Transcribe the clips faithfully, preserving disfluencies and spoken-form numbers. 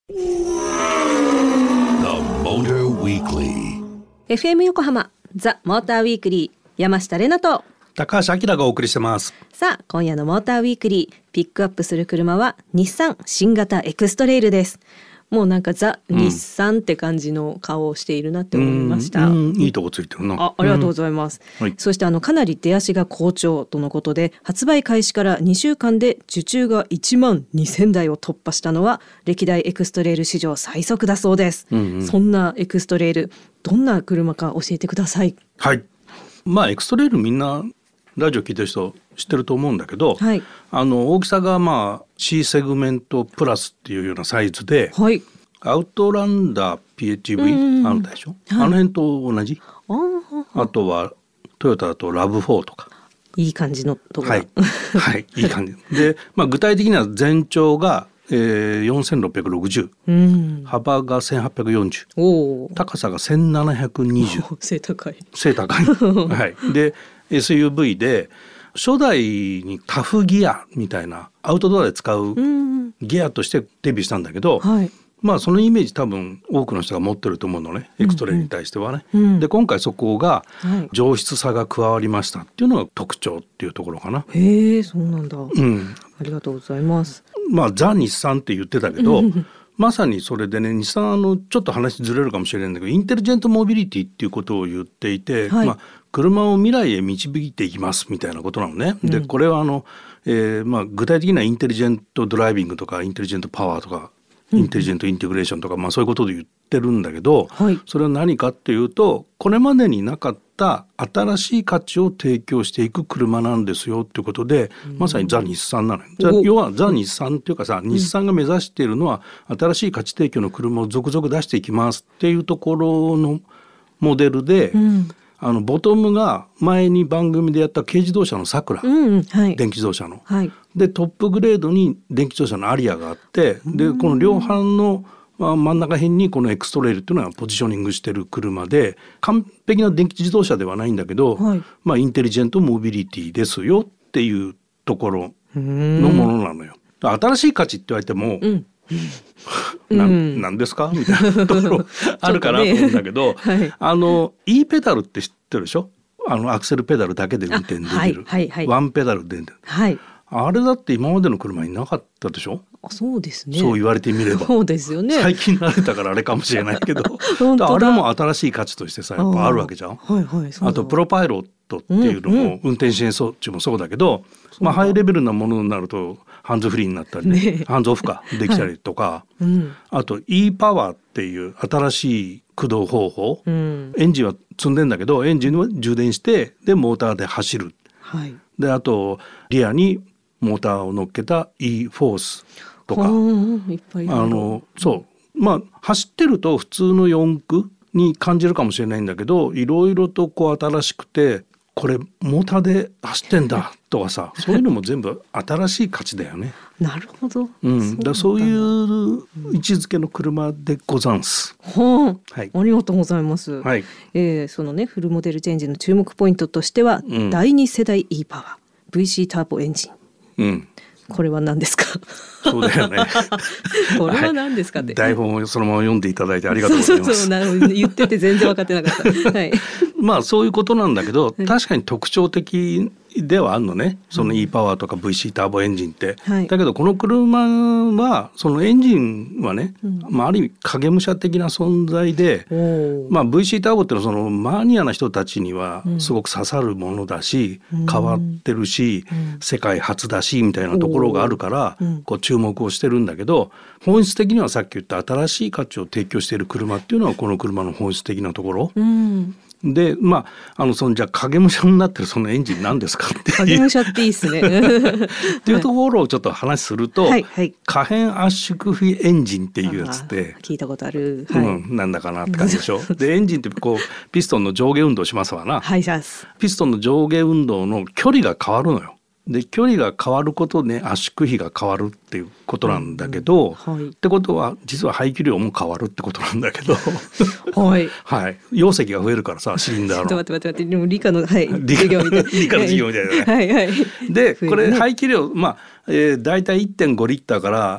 エフエム 横浜ザ・モーターウィークリー、山下れなと高橋明がお送りしてます。 さあ、今夜のモーターウィークリー、ピックアップする車は日産新型エクストレイルです。もうなんかザ・日産って感じの顔をしているなって思いました。 うんうん、いいとこついてるな。 あ、ありがとうございます、うんはい、そしてあのかなり出足が好調とのことで、発売開始からにしゅうかんで受注がいちまんにせんだいを突破したのは歴代エクストレイル史上最速だそうです、うんうん、そんなエクストレイル、どんな車か教えてください。 はい、まあエクストレイルみんなラジオ聞いてる人知ってると思うんだけど、はい、あの大きさがまあ C セグメントプラスっていうようなサイズで、はい、アウトランダー ピーエイチブイ あるでしょ、はい、あの辺と同じ。 あ, あとはトヨタだとラブフォーとかいい感じのところ、はい、 はい、いい感じで、まあ、具体的には全長が、えー、よんせんろっぴゃくろくじゅう、うん、幅がせんはっぴゃくよんじゅう、お高さがせんななひゃくにじゅう、 背高い背高い、はい、で エスユーブイ で初代にタフギアみたいなアウトドアで使うギアとしてデビューしたんだけど、はい、まあそのイメージ多分多くの人が持ってると思うのね、エクストレイに対してはね、うんうん、で今回そこが上質さが加わりましたっていうのが特徴っていうところかな。 へえ、そうなんだ、うん、ありがとうございます。 まあザ・日産って言ってたけどまさにそれでね、日産あのちょっと話ずれるかもしれないんだけど、インテリジェントモビリティっていうことを言っていて、はい、まあ、車を未来へ導いていきますみたいなことなのね、うん、でこれはあの、えーまあ、具体的なインテリジェントドライビングとかインテリジェントパワーとかインテリジェントインテグレーションとか、まあ、そういうことで言ってるんだけど、はい、それは何かっていうと、これまでになかった新しい価値を提供していく車なんですよっていうことで、うん、まさにザ・日産なのよ。要はザ・日産っていうかさ、うん、日産が目指しているのは新しい価値提供の車を続々出していきますっていうところのモデルで、うん、あのボトムが前に番組でやった軽自動車のサクラ、うんはい、電気自動車の、はい、でトップグレードに電気自動車のアリアがあって、でこの両端の真ん中辺にこのエクストレイルっていうのはポジショニングしてる車で、完璧な電気自動車ではないんだけど、はい、まあ、インテリジェントモビリティですよっていうところのものなのよ。新しい価値って言われても、うんな, なんですかみたいなところあるかなと思うんだけど、ねはい、あの E ペダルって知ってるでしょ。あのアクセルペダルだけで運転できる、はいはいはい、ワンペダルで、はい、あれだって今までの車になかったでしょ。 あ、そうですね。 そう言われてみればそうですよね。 最近慣れたからあれかもしれないけどあれも新しい価値としてさ、やっぱあるわけじゃん。あ、はいはい、あとプロパイロットっていうのも、うんうん、運転支援装置もそうだけど、まあ、ハイレベルなものになるとハンズフリーになったり、ねね、ハンズオフかできたりとか、はいうん、あと E パワーっていう新しい駆動方法、うん、エンジンは積んでんだけどエンジンは充電してでモーターで走る、はい、であとリアにモーターを乗っけた E フォースとか、いっぱいあのそうまあ走ってると普通の四駆に感じるかもしれないんだけど、いろいろとこう新しくて、これモーターで走ってんだとかさそういうのも全部新しい価値だよね。 なるほど、 うん、だそういう位置づけの車でござんす、 うんはあはい、ありがとうございます、はいえー、そのねフルモデルチェンジの注目ポイントとしては、うん、だいに世代 E パワー ブイシー ターボエンジン、うん、これは何ですか。 そうだよねこれは何ですかって、 はい、台本をそのまま読んでいただいてありがとうございます。 そうそうそう言ってて全然分かってなかった、はい、 まあそういうことなんだけど、確かに特徴的ではあるのね、その E パワーとか ブイシー ターボエンジンって、はい、だけどこの車はそのエンジンはね、うんまあ、ある意味影武者的な存在で、まあ、ブイシー ターボっていうのはそのマニアな人たちにはすごく刺さるものだし、うん、変わってるし、うん、世界初だしみたいなところがあるから、うん、こう注目をしてるんだけど、本質的にはさっき言った新しい価値を提供している車っていうのはこの車の本質的なところ、うんでまあ、あのそのじゃあ影武者になってるそのエンジンなんですかっていう影武者っていいですねっていうところをちょっと話すると、はいはい、可変圧縮比エンジンっていうやつで聞いたことある、 はいうん、なんだかなって感じでしょでエンジンってこうピストンの上下運動しますわな、はい、ピストンの上下運動の距離が変わるのよ。で距離が変わることで圧縮比が変わるっていうことなんだけど、うんはい、ってことは実は排気量も変わるってことなんだけどはい、はい、容積が増えるからさシリンダーのちょっと待って待って待ってでも理科の、はい、 理科の理科の授業みたいなねはい、はい、でこれ排気量まあ、えー、大体 いってんごリッターから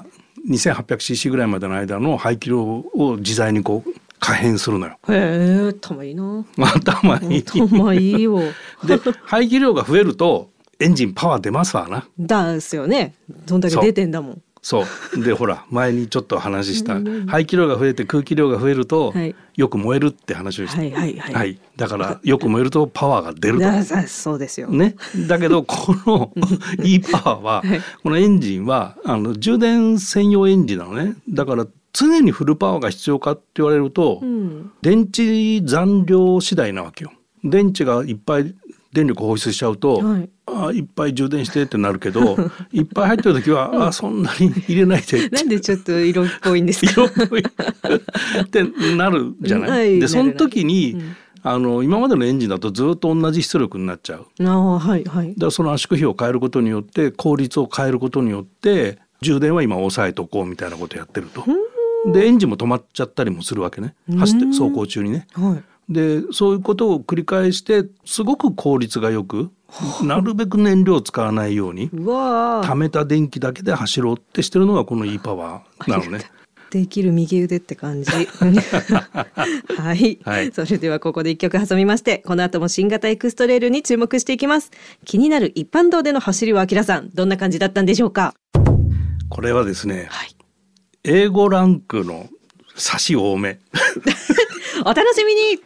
にせんはっぴゃくシーシー ぐらいまでの間の排気量を自在にこう可変するのよ。 へえ、頭いいな。 頭いい。 頭いいよ。 で排気量が増えるとエンジンパワー出ますわな。 だですよね。どんだけ出てんだもん。 そうでほら前にちょっと話した排気量が増えて空気量が増えると、はい、よく燃えるって話をした、はいはいはいはい、だからよく燃えるとパワーが出るとそうですよ、 ね、だけどこの E パワーは、はい、このエンジンはあの充電専用エンジンなのね。だから常にフルパワーが必要かって言われると、うん、電池残量次第なわけよ。電池がいっぱい電力放出しちゃうと、はい、あいっぱい充電してってなるけどいっぱい入ってる時は、うん、あそんなに入れないでなんでちょっと色っぽいんですか色っぽいってなるじゃない、はい、でその時に、うん、あの今までのエンジンだとずっと同じ出力になっちゃう。 あ、はいはい、 だからその圧縮比を変えることによって効率を変えることによって充電は今抑えとこうみたいなことやってると。でエンジンも止まっちゃったりもするわけね、走って走行中にね、はい、でそういうことを繰り返してすごく効率がよくなるべく燃料を使わないように貯めた電気だけで走ろうってしてるのがこの E パワーなのね。 できる右腕って感じはい、はい、それではここで一曲挟みまして、この後も新型エクストレイルに注目していきます。気になる一般道での走りはあきらさん、どんな感じだったんでしょうか。 これはですね、はい、英語ランクの差し多めお楽しみに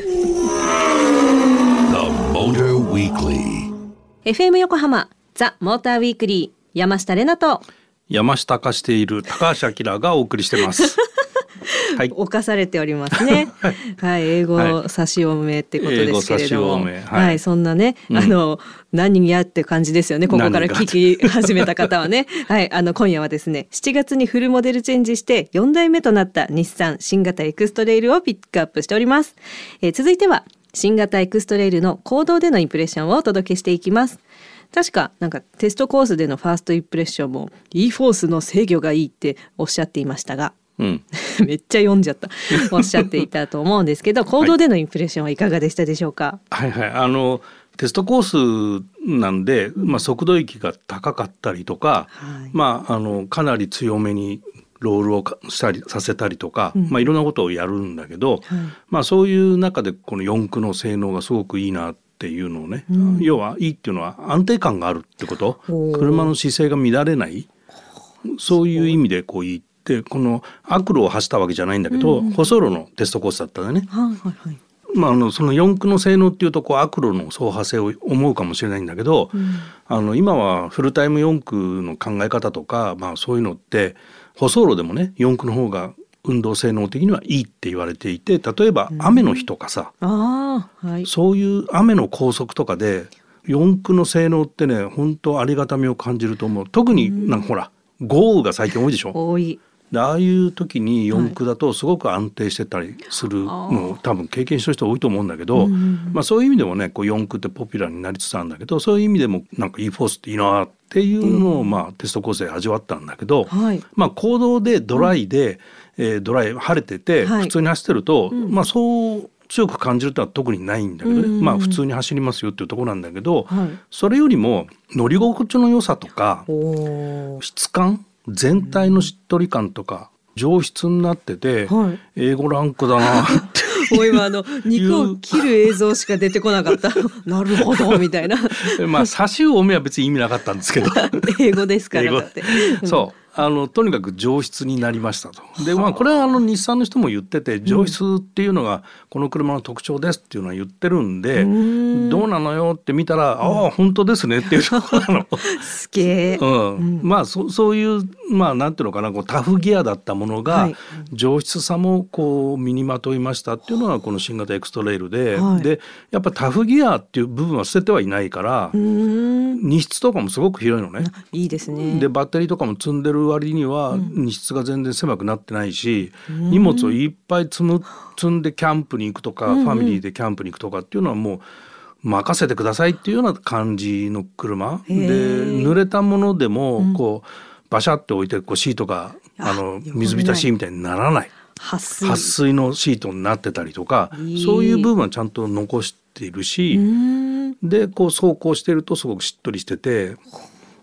エフエム 横浜ザ・モーターウィークリー、山下れなと山下化している高橋明がお送りしてますはい、侵されておりますねはい、英語差し多めってことですけれども、はいはい、そんなね、うん、あの何やって感じですよね。ここから聞き始めた方はねはい、あの今夜はですね、しちがつにフルモデルチェンジしてよんだいめとなった日産新型エクストレイルをピックアップしております。えー、続いては新型エクストレイルの公道でのインプレッションをお届けしていきます。確かなんかテストコースでのファーストインプレッションも E フォースの制御がいいっておっしゃっていましたが、うん、めっちゃ読んじゃったおっしゃっていたと思うんですけど公道でのインプレッションはいかがでしたでしょうか。 はいはい、あのテストコースなんで、まあ、速度域が高かったりとか、はい、まあ、あのかなり強めにロールをしたりさせたりとか、うんまあ、いろんなことをやるんだけど、はいまあ、そういう中でこの四駆の性能がすごくいいなっていうのをね、うん、要はいいっていうのは安定感があるってこと、車の姿勢が乱れない、そういう意味でこういいってこの悪路を走ったわけじゃないんだけど、うん、舗装路のテストコースだったんだね、はいはいはいまあ、あのその四駆の性能っていうとこう悪路の走破性を思うかもしれないんだけど、うん、あの今はフルタイム四駆の考え方とか、まあ、そういうのって舗装路でもね四駆の方が運動性能的にはいいって言われていて、例えば雨の日とかさ、うんあはい、そういう雨の高速とかで四駆の性能ってね本当ありがたみを感じると思う。特になんかほら豪雨が最近多いでしょ。 多い。 でああいう時に四駆だとすごく安定してたりするのを、はい、多分経験してる人多いと思うんだけど、まあ、そういう意味でもねこう四駆ってポピュラーになりつつあるんだけど、そういう意味でもなんか E フォースっていいなっていうのを、まあ、テストコースで味わったんだけど、はい、まあ公道でドライで、うんえー、ドライ晴れてて普通に走ってると、はいまあ、そう強く感じるってのは特にないんだけどね、うんまあ、普通に走りますよっていうところなんだけど、はい、それよりも乗り心地の良さとか質感全体のしっとり感とか上質になってて、はい、英語ランクだなってもう今あの肉を切る映像しか出てこなかったなるほどみたいなまあ差し多めは別に意味なかったんですけど英語ですからだって、 うん、そうあのとにかく上質になりましたと。で、まあ、これはあの日産の人も言ってて上質っていうのがこの車の特徴ですっていうのは言ってるんで、うん、どうなのよって見たら、うん、ああ本当ですねっていうところなのすげえ、うんうん、まあ そ, そういうまあなんていうのかなこうタフギアだったものが、はい、上質さもこう身にまといましたっていうのがこの新型エクストレイルで、はい、でやっぱタフギアっていう部分は捨ててはいないから荷室とかもすごく広いのね。 いいですね。 でバッテリーとかも積んでる割には荷室が全然狭くなってないし、うん、荷物をいっぱい積む積んでキャンプに行くとか、うんうん、ファミリーでキャンプに行くとかっていうのはもう任せてくださいっていうような感じの車で、濡れたものでもこう、うん、バシャって置いてこうシートがあの水浸しみたいにならない撥水、撥水のシートになってたりとか、そういう部分はちゃんと残しているし、でこう走行してるとすごくしっとりしてて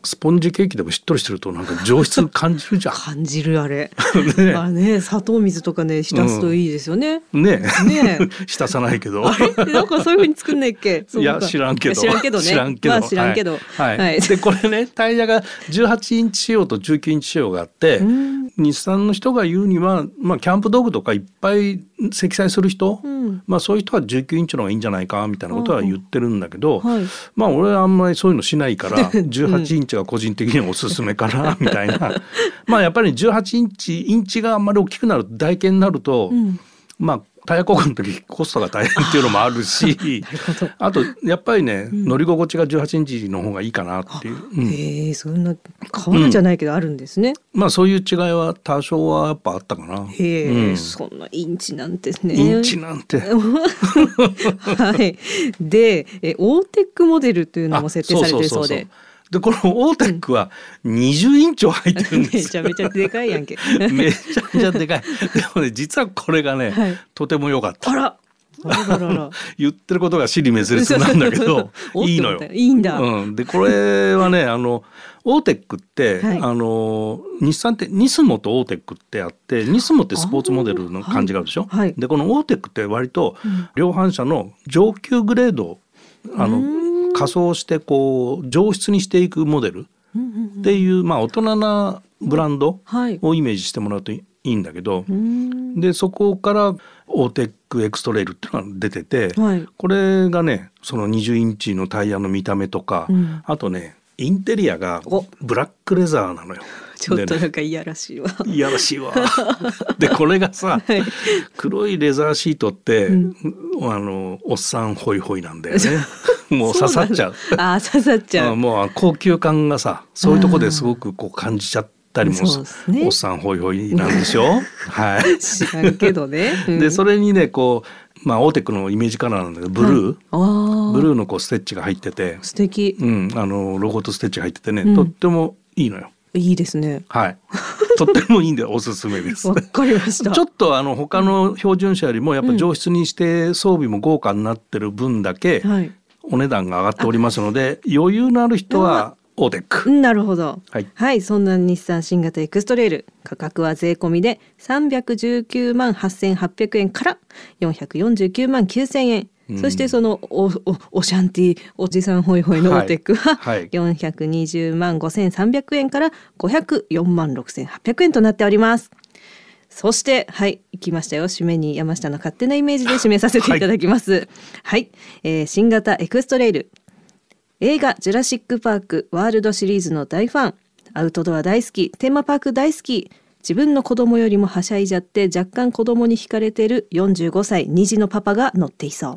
スポンジケーキでもしっとりしてるとなんか上質感じるじゃん感じるあれねあね、砂糖水とかね浸すといいですよね、 うん、ねね浸さないけどあれなんかそういう風に作んないっけいや知らんけど知らんけどね知らんけど、 まあ、知らんけど、 はいはいはい、でこれねタイヤがじゅうはちインチ仕様とじゅうきゅうインチ仕様があって、日産の人が言うには、まあ、キャンプ道具とかいっぱい積載する人、うん、まあ、そういう人はじゅうきゅうインチの方がいいんじゃないかみたいなことは言ってるんだけど、はい、まあ俺はあんまりそういうのしないからじゅうはちインチが個人的にはおすすめかなみたいなまあやっぱりじゅうはちインチインチがあんまり大きくなると台形になると、うん、まあタイヤ交換の時コストが大変っていうのもあるしあとやっぱりね、うん、乗り心地がじゅうはちインチの方がいいかなっていう、うん、 へえ、そんな変わるんじゃないけどあるんですね、 うん、まあそういう違いは多少はやっぱあったかな。 へえ、うん、そんなインチなんてね。 インチなんてはい。でえオーテックモデルというのも設定されているそうで、 でこのオーテックはにじゅうインチを入ってるんですよめちゃめちゃでかいやんけめちゃめちゃでかいでもね実はこれがね、はい、とても良かった。 あらあららら言ってることが尻滅裂なんだけどいいのよ。 いいんだ、 うん、でこれはねあのオーテックって、はい、あの日産ってニスモとオーテックってあってニスモってスポーツモデルの感じがあるでしょ、はいはい、でこのオーテックって割と量販車の上級グレードあの仮装してこう上質にしていくモデルっていう、まあ、大人なブランドをイメージしてもらうといいんだけど、でそこからオーテックエクストレイルっていうのが出てて、はい、これがねそのにじゅうインチのタイヤの見た目とか、うん、あとねインテリアがブラックレザーなのよ。 ちょっとなんかいやらしいわ。 いやらしいわ。でこれがさ、はい、黒いレザーシートって、うん、あのおっさんホイホイなんだよね。もう刺さっちゃう。 あ刺さっちゃう。 もう高級感がさそういうとこですごくこう感じちゃったりもする、ね、おっさんホイホイなんでしょ。はい。 知らんけどね。 うん、でそれにねこうまあオーテックのイメージカラーなんだけどブルー、はい、ブルーのこうステッチが入ってて素敵、 うん、あのロゴとステッチが入っててね、うん、とってもいいのよ。 いいですね。 はい。とってもいいんでおすすめです。 わかりました。 ちょっとあの他の標準車よりもやっぱ上質にして装備も豪華になってる分だけお値段が上がっておりますので、余裕のある人はオーテック。 なるほど。 はい。 はい、そんな日産新型エクストレイル価格は税込みでさんびゃくじゅうきゅうまんはっせんはっぴゃくえんからよんひゃくよんじゅうきゅうまんきゅうせんえん。うん、そしてその お, お, おシャンティおじさんホイホイのオーテックはよんひゃくにじゅうまんごせんさんびゃくえんからごひゃくよんまんろくせんはっぴゃくえんとなっております。そしてはい行きましたよ。締めに山下の勝手なイメージで締めさせていただきます。はい、はい、えー、新型エクストレイル映画ジュラシックパークワールドシリーズの大ファン、アウトドア大好き、テーマパーク大好き、自分の子供よりもはしゃいじゃって若干子供に惹かれてるよんじゅうごさいに児のパパが乗っていそう。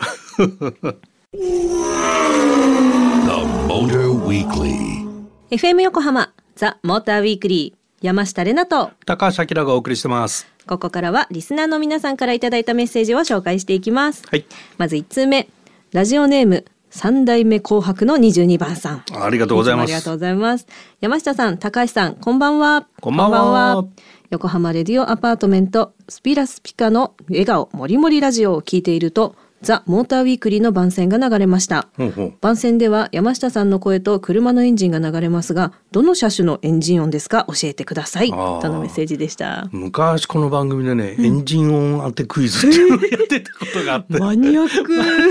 エフエム 横浜ザ・モーターウィークリー山下れなと高橋明がお送りしてます。 ここからはリスナーの皆さんからいただいたメッセージを紹介していきます。はい、まずいち通目ラジオネーム三代目紅白のにじゅうにばんさん、 ありがとうございます。 ありがとうございます。山下さん、高橋さん、こんばんは。 こんばんは。こんばんは。 横浜レディオアパートメントスピラスピカの笑顔もりもりラジオを聞いているとザ・モーターウィークリーの番宣が流れました。ほうほう。番宣では山下さんの声と車のエンジンが流れますが、どの車種のエンジン音ですか教えてくださいとのメッセージでした。 昔この番組でね、うん、エンジン音当てクイズっていうのをやってたことがあってマニアッ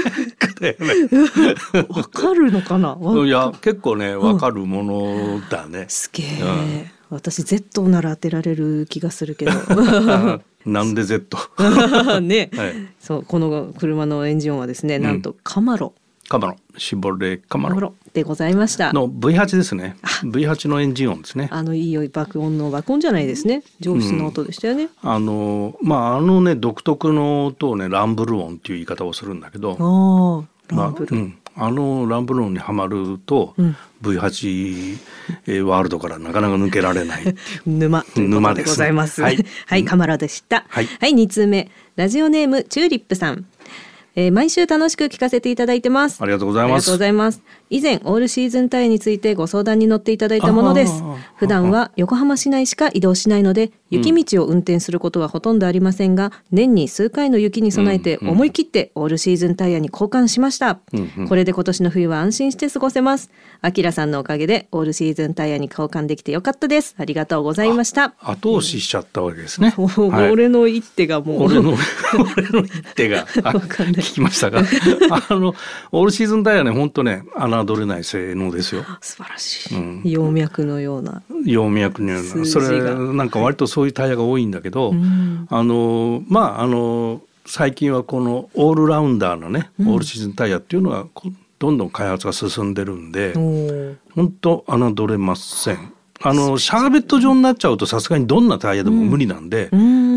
クわかるのかな。 いや結構ねわかるものだね、うん、 すげえ、うん、私 Z なら当てられる気がするけどなんで Z ね、はい、そうこの車のエンジン音はですね、なんとカマロ、 カマロシボレカマロでございましたの ブイはち ですね。 ブイはち のエンジン音ですね。 あのいいよ爆音の爆音じゃないですね、上質の音でしたよね、 うん、あのまああのね独特の音をねランブル音っていう言い方をするんだけど、 あランブル、 まあうんあのランブル音にはまると、うん、ブイはち ワールドからなかなか抜けられない沼ということでございます。はい、はい、カマラでした。はい、はい、に通目ラジオネームチューリップさん、えー、毎週楽しく聞かせていただいてます。 ありがとうございます。 ありがとうございます。 以前オールシーズンタイヤについてご相談に乗っていただいたものです。普段は横浜市内しか移動しないので雪道を運転することはほとんどありませんが、うん、年に数回の雪に備えて思い切ってオールシーズンタイヤに交換しました、うんうん、これで今年の冬は安心して過ごせます。あきらさんのおかげでオールシーズンタイヤに交換できてよかったです。ありがとうございました。 後押ししちゃったわけですね、 うんはい、俺の一手がもう俺の俺の一手が聞きましたがあのオールシーズンタイヤね本当ね侮れない性能ですよ。 素晴らしい、うん、葉脈のような葉脈のようなそれなんか割とそういうタイヤが多いんだけど、うん、あのまああの最近はこのオールラウンダーのね、うん、オールシーズンタイヤっていうのはどんどん開発が進んでるんで本当侮れません。あのシャーベット状になっちゃうとさすがにどんなタイヤでも無理なんで、うん、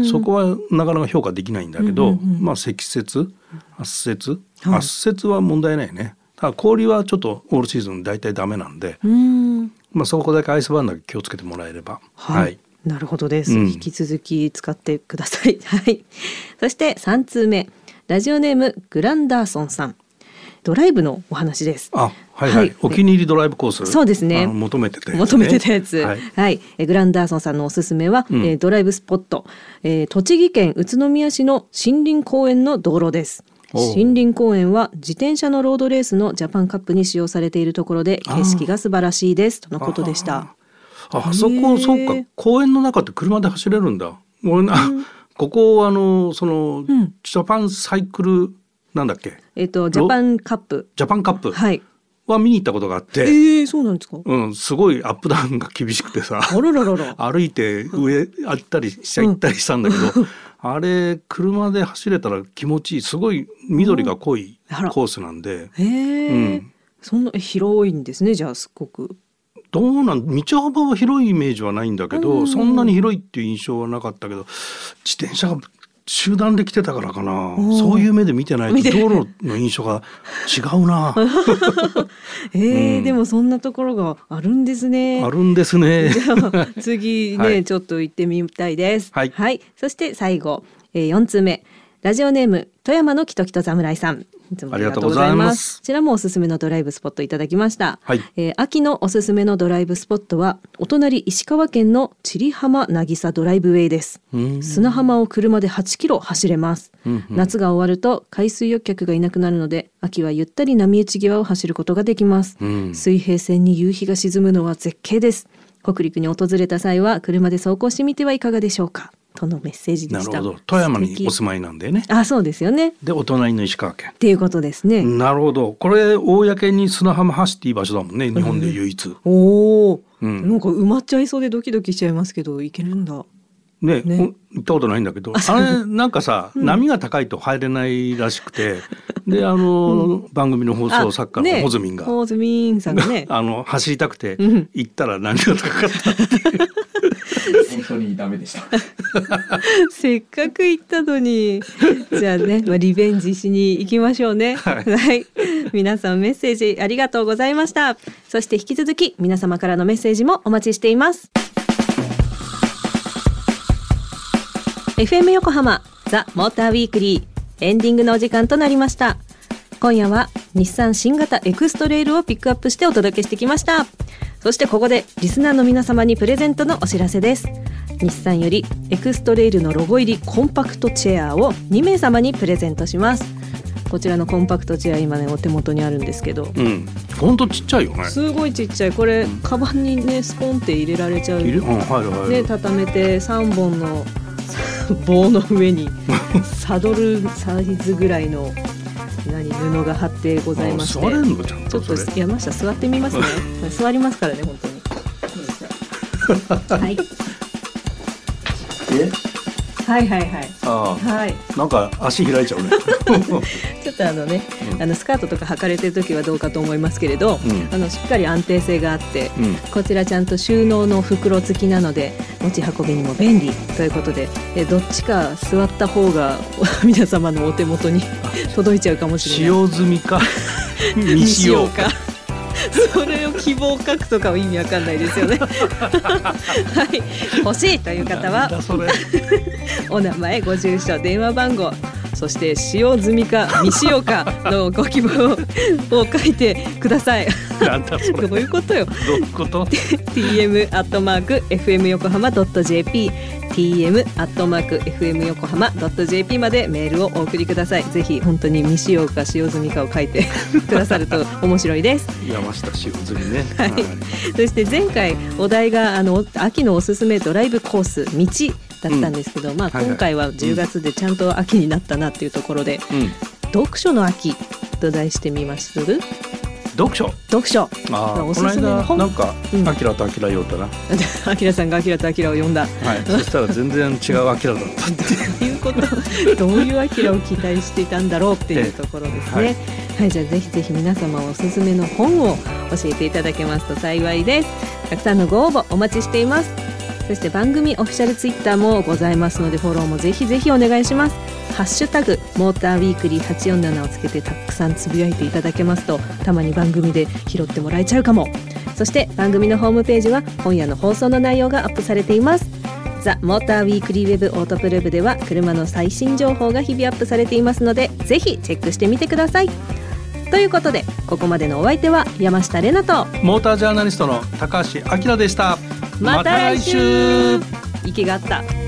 そこはなかなか評価できないんだけど、うんうんうん、まあ積雪圧雪、はい、圧雪は問題ないね。ただ氷はちょっとオールシーズン大体ダメなんで、うんまあ、そこだけアイスバーンだけ気をつけてもらえれば、 はい、はい、なるほどです、うん、引き続き使ってください、はい、そしてさん通目ラジオネームグランダーソンさん、ドライブのお話です。 あ、はいはいはい、お気に入りドライブコース、 そうですね、 求めてたやつ、ね、 求めてたやつ、はいはい、えグランダーソンさんのおすすめは、うんえー、ドライブスポット、えー、栃木県宇都宮市の森林公園の道路です。森林公園は自転車のロードレースのジャパンカップに使用されているところで景色が素晴らしいですとのことでした。 ああそこそうか公園の中って車で走れるんだ。俺な、うん、ここあのその、うん、ジャパンサイクルなんだっけ、 えっとジャパンカップジャパンカップ、 はいは見に行ったことがあって、 えー、そうなんですか、 うん、すごいアップダウンが厳しくてさあらららら歩いて上あったり下行ったりしたんだけど、うん、あれ車で走れたら気持ちいい、すごい緑が濃いコースなんで、 へえ、うん、そんな広いんですね。じゃあすごくどうなん道幅は広いイメージはないんだけど、うん、そんなに広いっていう印象はなかったけど自転車が集団で来てたからかな、そういう目で見てないと道路の印象が違うなえーうん、でもそんなところがあるんですね。 あるんですね。 じゃあ次ね、はい、ちょっと行ってみたいです、はいはい、そして最後、えー、よん通目ラジオネーム富山のきときと侍さん、いつもありがとうございます。こちらもおすすめのドライブスポットいただきました、はいえー、秋のおすすめのドライブスポットはお隣石川県の千里浜渚ドライブウェイです。砂浜を車ではちキロ走れます、うんうん、夏が終わると海水浴客がいなくなるので秋はゆったり波打ち際を走ることができます、うん、水平線に夕日が沈むのは絶景です。北陸に訪れた際は車で走行してみてはいかがでしょうかとのメッセージでした。 なるほど、富山にお住まいなんでね。 あ、そうですよね。 でお隣の石川県っていうことですね。 なるほど、これ公に砂浜走っていい場所だもんね、日本で唯一、うん、 おー、うん、なんか埋まっちゃいそうでドキドキしちゃいますけど行けるんだね、ね、行ったことないんだけど、あれなんかさ、うん、波が高いと入れないらしくてであの、うん、番組の放送作家のホズミンが、 ね、ホズミンさんがねあの走りたくて行ったら波が高かったっていう本当にダメでしたせっかく行ったのにじゃあね、まあ、リベンジしに行きましょうね、はい、はい、皆さんメッセージありがとうございました。そして引き続き皆様からのメッセージもお待ちしています。エフエム 横浜ザ・モーターウィークリーエンディングのお時間となりました。今夜は日産新型エクストレイルをピックアップしてお届けしてきました。そしてここでリスナーの皆様にプレゼントのお知らせです。日産よりエクストレイルのロゴ入りコンパクトチェアをに名様にプレゼントします。こちらのコンパクトチェア今ねお手元にあるんですけど、 うん、ほんとちっちゃいよね。すごいちっちゃい。これ、うん、カバンにねスポンって入れられちゃう、 入れ、うん、入る入る、 ね、畳めてさんぼんの棒の上にサドルサイズぐらいの何布が貼ってございまして、 座れんのちゃんとちょっと山下座ってみますね座りますからね本当にはいえはいはいはいあはい、なんか足開いちゃうねちょっとあのね、うん、あのスカートとか履かれてる時はどうかと思いますけれど、うん、あのしっかり安定性があって、うん、こちらちゃんと収納の袋付きなので持ち運びにも便利ということで、えどっちか座った方が皆様のお手元に届いちゃうかもしれない。 使用済みか未使用かそれを希望書くとかは意味わかんないですよねはい欲しいという方はお名前ご住所電話番号そして使用済みか未使用かのご希望を書いてください。 なんだそれどういうことよ。 どういうこと？ ティーエム アットマーク エフエム 横浜 ドット ジェーピー ティーエム アットマーク エフエム 横浜 ドット ジェーピー までメールをお送りください。ぜひ本当に未使用か使用済みかを書いてくださると面白いです。 山下使用済みね。 はい、そして前回お題があの秋のおすすめドライブコース道だったんですけど、うんまあ、今回はじゅうがつでちゃんと秋になったなっていうところで、うん、読書の秋と題してみます。 読書読書あおすすめの本なんかアキラとアキラ読んだな。 アキラさんがアキラとアキラを読んだ、 はい、そしたら全然違うアキラだったっていうことどういうアキラを期待していたんだろうっていうところですね、はいはい、じゃあぜひぜひ皆様おすすめの本を教えていただけますと幸いです。たくさんのご応募お待ちしています。そして番組オフィシャルツイッターもございますのでフォローもぜひぜひお願いします。ハッシュタグモーターウィークリーはちよんななをつけてたくさんつぶやいていただけますとたまに番組で拾ってもらえちゃうかも。そして番組のホームページは今夜の放送の内容がアップされています。ザ・モーターウィークリーウェブオートプルーブでは車の最新情報が日々アップされていますのでぜひチェックしてみてください。ということでここまでのお相手は山下れなとモータージャーナリストの高橋明でした。 また来週、息があった。